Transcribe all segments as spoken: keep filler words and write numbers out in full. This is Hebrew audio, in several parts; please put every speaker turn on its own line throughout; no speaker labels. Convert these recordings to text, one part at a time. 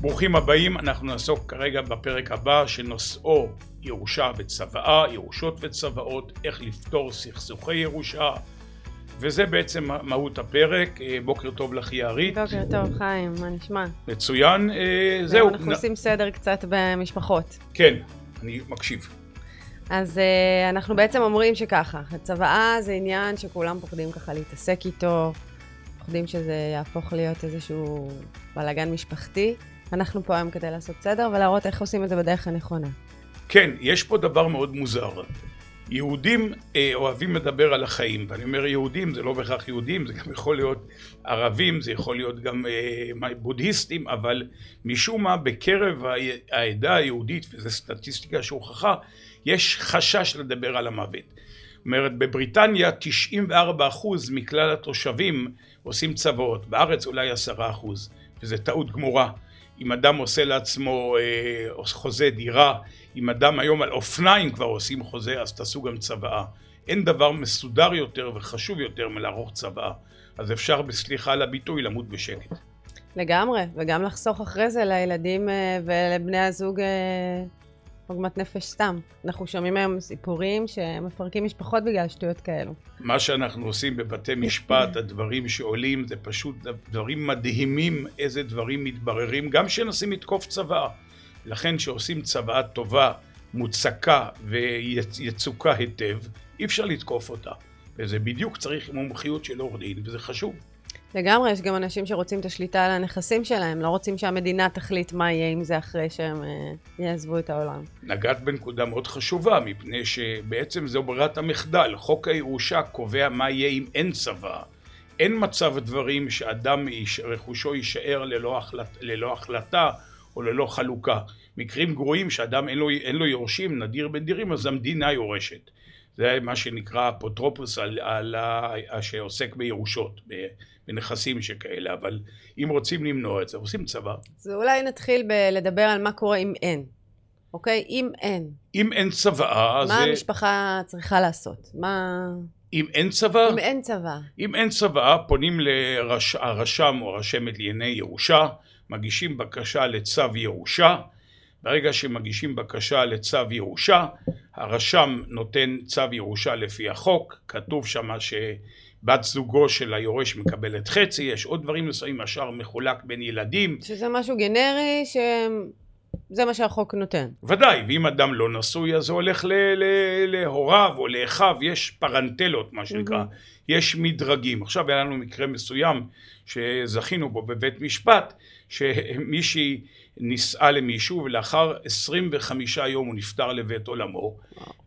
ברוכים הבאים, אנחנו נעסוק כרגע בפרק הבא שנושאו ירושה וצוואה, ירושות וצוואות, איך לפתור סכסוכי ירושה, וזה בעצם מהות הפרק. בוקר טוב לך יערית.
בוקר טוב חיים, מה נשמע?
מצוין, זהו.
אנחנו עושים סדר קצת במשפחות.
כן, אני מקשיב.
אז אנחנו בעצם אומרים שככה, הצוואה זה עניין שכולם פוחדים ככה להתעסק איתו, פוחדים שזה יהפוך להיות איזשהו בלגן משפחתי. אנחנו פה היום כדי לעשות סדר ולהראות איך עושים את זה בדרך הנכונה.
כן, יש פה דבר מאוד מוזר. יהודים אה, אוהבים לדבר על החיים, ואני אומר יהודים, זה לא בהכרח יהודים, זה גם יכול להיות ערבים, זה יכול להיות גם אה, בודהיסטים, אבל משום מה בקרב העדה היהודית, וזו סטטיסטיקה שהוכחה, יש חשש לדבר על המוות. זאת אומרת, בבריטניה תשעים וארבעה אחוז מכלל התושבים עושים צוואות, בארץ אולי עשרה אחוז, וזה טעות גמורה. אם אדם עושה לעצמו אה, חוזה דירה, אם אדם היום על אופניים כבר עושים חוזה, אז תעשו גם צוואה. אין דבר מסודר יותר וחשוב יותר מלערוך צוואה. אז אפשר בסליחה על הביטוי למות בשקט.
לגמרי, וגם לחסוך אחרי זה לילדים אה, ולבני הזוג אה, עוגמת נפש סתם. אנחנו שומעים היום סיפורים שמפרקים משפחות בגלל שטויות כאלו.
מה שאנחנו עושים בבתי משפט, הדברים שעולים, זה פשוט דברים מדהימים, איזה דברים מתבררים, גם שנסים לתקוף צוואה. לכן שעושים צוואה טובה, מוצקה ויצוקה היטב, אי אפשר לתקוף אותה. וזה בדיוק צריך מומחיות של עורך דין, וזה חשוב.
לגמרי, יש גם אנשים שרוצים את השליטה על הנכסים שלהם, לא רוצים שהמדינה תחליט מה יהיה עם זה אחרי שהם uh, יעזבו את העולם.
נגעת בנקודה מאוד חשובה, מפני שבעצם זו ברירת המחדל. חוק הירושה קובע מה יהיה אם אין צוואה. אין מצב דברים שאדם רכושו יישאר ללא, החלט, ללא החלטה או ללא חלוקה. מקרים גרועים שאדם אין לו, אין לו יורשים, נדיר בנדירים, אז המדינה יורשת. זה מה שנקרא אפוטרופוס על, על, על, שעוסק בירושות, בנכסים שכאלה, אבל אם רוצים למנוע את זה, עושים צבא.
אז אולי נתחיל בלדבר על מה קורה אם אין, אוקיי? אם אין.
אם אין צבא,
מה זה... המשפחה צריכה לעשות? מה...
אם אין צבא?
אם אין צבא.
אם אין צבא, פונים לרשם או רשמת לענייני ירושה, מגישים בקשה לצו ירושה, ברגע שמגישים בקשה לצו ירושה, הרשם נותן צו ירושה לפי החוק, כתוב שמה שבת זוגו של היורש מקבלת חצי, יש עוד דברים מסוימים, השאר מחולק בין ילדים.
שזה משהו גנרי, שזה מה שהחוק נותן.
ודאי, ואם אדם לא נשוי, אז הוא הולך להוריו או לאחיו, יש פרנטלות, מה שנקרא, יש מדרגים. עכשיו היה לנו מקרה מסוים שזכינו בו בבית משפט, שמישהי נישאה למישהו ולאחר עשרים וחמישה יום הוא נפטר לבית עולמו,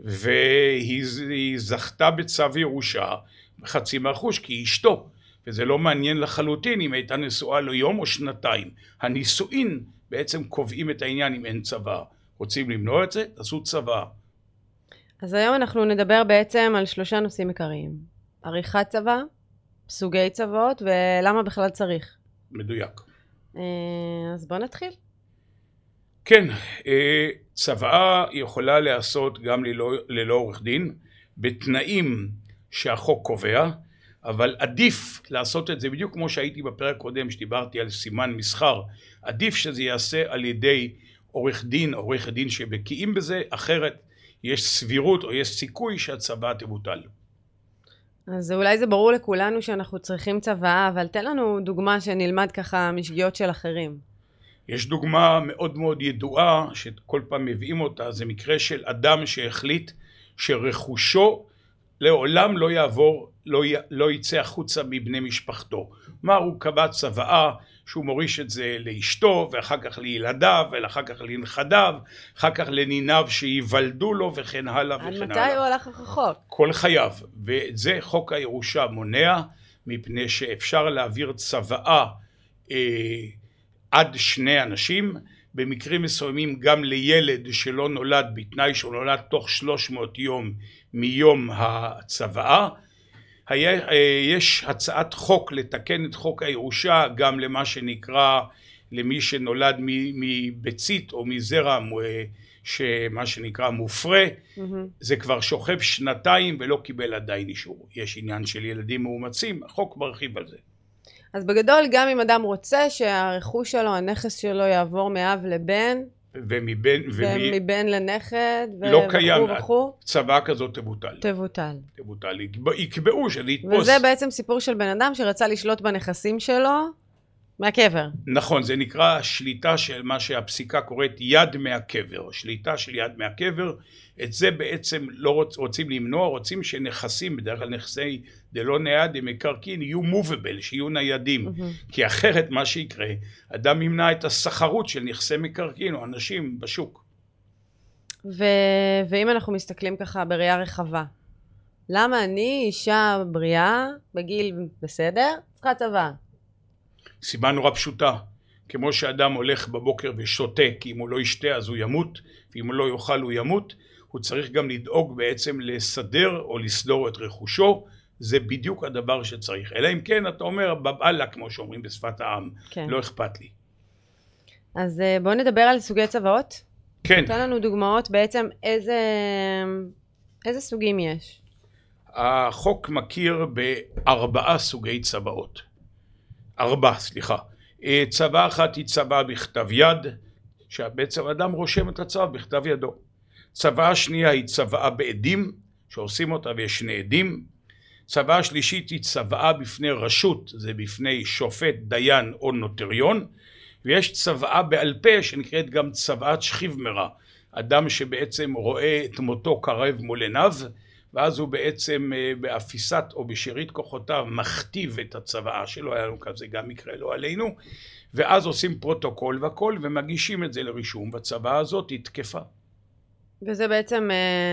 והיא זכתה בצו ירושה בחצי מהרכוש כי היא אשתו, וזה לא מעניין לחלוטין אם הייתה נשואה לו יום או שנתיים. הנישואין בעצם קובעים את העניין אם אין צוואה. רוצים למנוע את זה? תעשו צוואה.
אז היום אנחנו נדבר בעצם על שלושה נושאים עיקריים: עריכת צוואה, סוגי צוואות ולמה בכלל צריך.
מדויק.
אז בוא נתחיל.
כן, צוואה יכולה להיעשות גם ללא, ללא עורך דין, בתנאים שהחוק קובע, אבל עדיף לעשות את זה בדיוק כמו שהייתי בפרק קודם שדיברתי על סימן מסחר, עדיף שזה יעשה על ידי עורך דין, עורך דין שבקיאים בזה, אחרת יש סבירות או יש סיכוי שהצוואה תבוטל.
אז אולי זה ברור לכולנו שאנחנו צריכים צוואה, אבל תן לנו דוגמה שנלמד ככה משגיאות של אחרים.
יש דוגמה מאוד מאוד ידועה שכל פעם מביאים אותה, זה מקרה של אדם שהחליט שרכושו לעולם לא יעבור, לא, י, לא יצא החוצה מבני משפחתו. מה הוא קבע צוואה שהוא מוריש את זה לאשתו ואחר כך לילדיו ואחר כך לנכדיו, אחר כך לניניו שיוולדו לו וכן הלאה וכן הלאה.
עד מתי הוא הלך רחוק?
כל חייו, ואת זה חוק הירושה מונע, מפני שאפשר להעביר צוואה אה, עד שני אנשים, במקרים מסוימים גם לילד שלא נולד, בתנאי שהוא נולד תוך שלוש מאות יום מיום הצוואה. יש הצעת חוק לתקן את חוק הירושה גם למה שנקרא, למי שנולד מביצית או מזרע שמה שנקרא מופרה, mm-hmm. זה כבר שוכב שנתיים ולא קיבל עדיין אישור. יש עניין של ילדים מאומצים, החוק מרחיב על זה.
אז בגדול, גם אם אדם רוצה שהרכוש שלו, הנכס שלו יעבור מאב לבן,
ומבן,
ומבן לנכד,
לא קיים,
וכו',
צוואה כזאת תבוטל.
תבוטל.
תבוטל. יקבעו שזה יתפוס.
וזה בעצם סיפור של בן אדם שרצה לשלוט בנכסים שלו, מהקבר.
נכון, זה נקרא שליטה של מה שהפסיקה קוראת יד מהקבר, שליטה של יד מהקבר. את זה בעצם לא רוצ, רוצים למנוע, רוצים שנכסים, בדרך כלל נכסי דלא נייד מקרקעין, יהיו מובבל, שיהיו ניידים. Mm-hmm. כי אחרת מה שיקרה, אדם ימנע את הסחרות של נכסי מקרקעין או אנשים בשוק.
ו... ואם אנחנו מסתכלים ככה בראייה רחבה, למה אני אישה בריאה, בגיל בסדר, צריכה צבא?
סיבה נורא פשוטה, כמו שאדם הולך בבוקר ושותה, כי אם הוא לא ישתה אז הוא ימות, ואם הוא לא יאכל הוא ימות, הוא צריך גם לדאוג בעצם לסדר או לסדור את רכושו, זה בדיוק הדבר שצריך. אלא אם כן אתה אומר בבעלה, כמו שאומרים בשפת העם, כן. לא אכפת לי.
אז בואו נדבר על סוגי צבאות.
כן.
נתן לנו דוגמאות בעצם איזה, איזה סוגים יש.
החוק מכיר בארבעה סוגי צבאות. ארבע, סליחה. צבא אחת היא צבא בכתב יד, שבעצם אדם רושם את הצבא בכתב ידו. צבא השנייה היא צבאה בעדים, שעושים אותה ויש שני עדים. צבאה השלישית היא צבאה בפני רשות, זה בפני שופט, דיין או נוטריון. ויש צבאה בעל פה שנקראת גם צבאת שכיב מרע. אדם שבעצם רואה את מותו קרב מול עיניו, ואז הוא בעצם באפיסת או בשארית כוחותיו מכתיב את הצוואה שלו, היה לנו כזה גם מקרה לא עלינו, ואז עושים פרוטוקול וכל ומגישים את זה לרישום, והצוואה הזאת היא תקפה.
וזה בעצם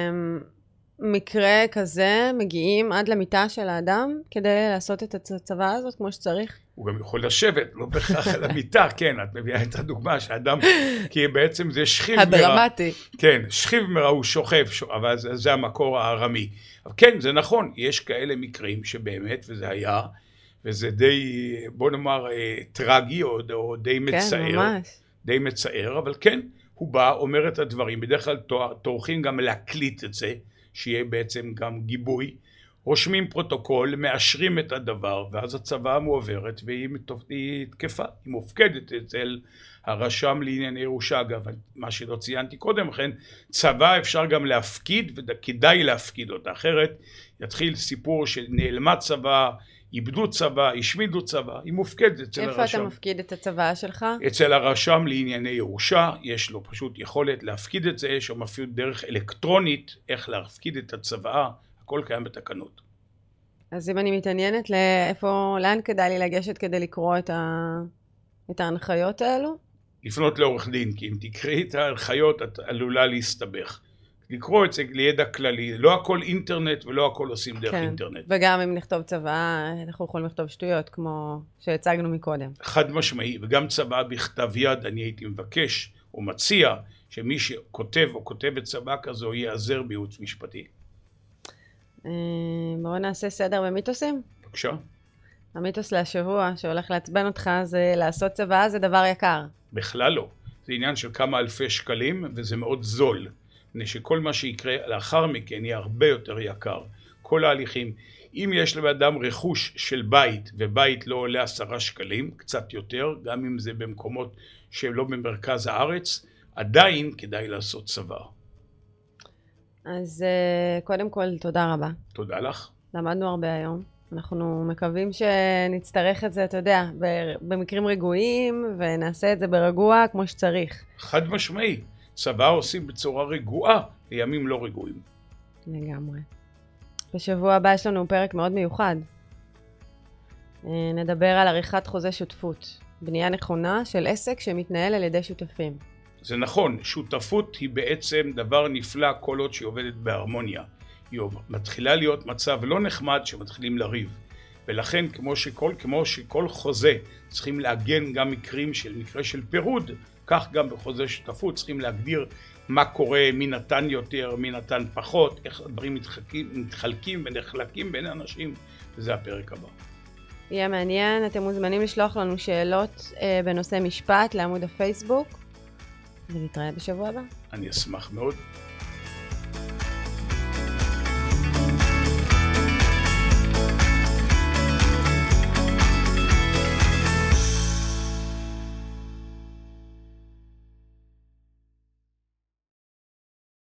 מקרה כזה, מגיעים עד למיטה של האדם כדי לעשות את הצוואה הזאת כמו שצריך?
הוא גם יכול לשבת, לא בכך על המיטה, כן, את מביאה את הדוגמה שהאדם, כי בעצם זה שכיב מרע.
הדרמטי.
כן, שכיב מרע הוא שוכב, אבל זה, זה המקור הארמי. אבל כן, זה נכון, יש כאלה מקרים שבאמת, וזה היה, וזה די, בוא נאמר, טרגי, או, או די מצער.
כן, ממש.
די מצער, אבל כן, הוא בא, אומר את הדברים, בדרך כלל טורחים גם להקליט את זה, שיהיה בעצם גם גיבוי, רושמים פרוטוקול, מאשרים את הדבר, ואז הצוואה מועברת, והיא תקפה, היא מופקדת אצל הרשם לענייני ירושה. אגב, מה שלא ציינתי קודם לכן, צוואה אפשר גם להפקיד, וכדאי להפקיד אותה, אחרת יתחיל סיפור שנעלמה צוואה, איבדו צוואה, השמידו צוואה, היא מופקדת אצל
איפה
הרשם.
איפה אתה מפקיד את הצוואה שלך?
אצל הרשם לענייני ירושה, יש לו פשוט יכולת להפקיד את זה, יש לו אפילו דרך אלקטרונית, איך להפקיד את הצוואה, הכל קיים בתקנות.
אז אם אני מתעניינת לאיפה, לאן כדאי לי לגשת כדי לקרוא את, ה... את ההנחיות האלו?
לפנות לעורך דין, כי אם תקראי את ההנחיות, את עלולה להסתבך. לקרוא את זה לידע כללי, לא הכל אינטרנט ולא הכל עושים דרך
כן.
אינטרנט.
וגם אם נכתוב צוואה, אנחנו יכולים לכתוב שטויות, כמו שהצגנו מקודם.
חד משמעי, וגם צוואה בכתב יד, אני הייתי מבקש או מציע, שמי שכותב או כותבת צוואה כזו, יעזר בייעוץ משפטי.
בואו נעשה סדר במיתוסים.
בבקשה.
המיתוס להשבוע שהולך לעצבן אותך זה לעשות צוואה זה דבר יקר.
בכלל לא. זה עניין של כמה אלפי שקלים וזה מאוד זול. מפני שכל מה שיקרה לאחר מכן יהיה הרבה יותר יקר. כל ההליכים. אם יש לאדם רכוש של בית ובית לא עולה עשרה שקלים, קצת יותר, גם אם זה במקומות שלא במרכז הארץ, עדיין כדאי לעשות צוואה.
אז קודם כל, תודה רבה.
תודה לך.
למדנו הרבה היום. אנחנו מקווים שנצטרך את זה, אתה יודע, במקרים רגועים, ונעשה את זה ברגוע כמו שצריך.
חד משמעי. צוואה עושים בצורה רגועה, לימים לא רגועים.
לגמרי. בשבוע הבא יש לנו פרק מאוד מיוחד. נדבר על עריכת חוזה שותפות. בנייה נכונה של עסק שמתנהל על ידי שותפים.
זה נכון, שותפות היא בעצם דבר נפלא כל עוד שהיא עובדת בהרמוניה. היא מתחילה להיות מצב לא נחמד שמתחילים לריב. ולכן כמו שכל, כמו שכל חוזה צריכים לעגן גם מקרים של מקרה של פירוד, כך גם בחוזה שותפות צריכים להגדיר מה קורה, מי נתן יותר, מי נתן פחות, איך הדברים מתחלקים, מתחלקים ונחלקים בין אנשים, וזה הפרק הבא.
יהיה מעניין, אתם מוזמנים לשלוח לנו שאלות אה, בנושא משפט לעמוד הפייסבוק, ונתראה בשבוע הבא.
אני אשמח מאוד.